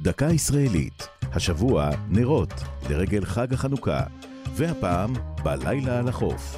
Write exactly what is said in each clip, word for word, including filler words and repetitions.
דקה ישראלית, השבוע נרות לרגל חג החנוכה, והפעם בלילה על החוף.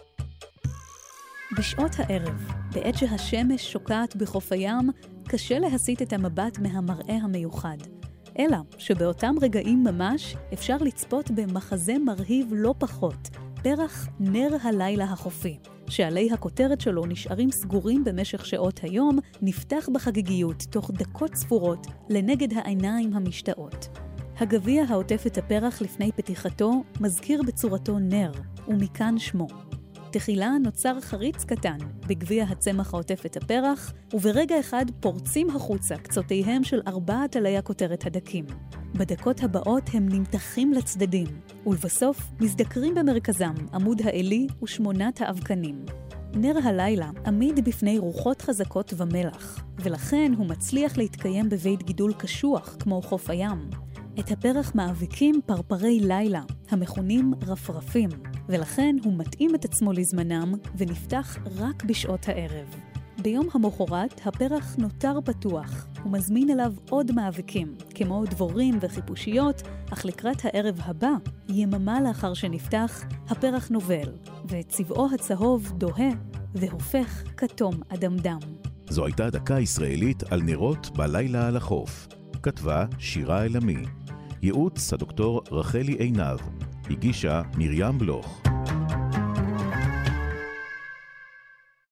בשעות הערב, בעת שהשמש שוקעת בחוף הים, קשה להסיט את המבט מהמראה המיוחד. אלא שבאותם רגעים ממש אפשר לצפות במחזה מרהיב לא פחות, פרח נר הלילה החופי, שעלי הכותרת שלו נשארים סגורים במשך שעות היום, נפתח בחגיגיות תוך דקות ספורות לנגד העיניים המשתאות. הגביע העוטף את הפרח לפני פתיחתו מזכיר בצורתו נר, ומכאן שמו. תחילה נוצר חריץ קטן בגביע הצמח העוטף את הפרח, וברגע אחד פורצים החוצה קצותיהם של ארבעת עלי הכותרת הדקים. בדקות הבאות הם נמתחים לצדדים, ולבסוף מזדקרים במרכזם עמוד האלי ושמונת האבקנים. נר הלילה עמיד בפני רוחות חזקות ומלח, ולכן הוא מצליח להתקיים בבית גידול קשוח כמו חוף הים. את הפרח מאביקים פרפרי לילה, המכונים רפרפים, ולכן הוא מתאים את עצמו לזמנם ונפתח רק בשעות הערב. ביום המחרת הפרח נותר פתוח, ומזמין אליו עוד מאביקים, כמו דבורים וחיפושיות, אך לקראת הערב הבא, יממה לאחר שנפתח, הפרח נובל, וצבעו הצהוב דוהה והופך כתום אדמדם. זו הייתה דקה ישראלית על נרות בלילה על החוף. כתבה שירה אלמי. ייעוץ הדוקטור רחלי עינב. הגישה מרים בלוך.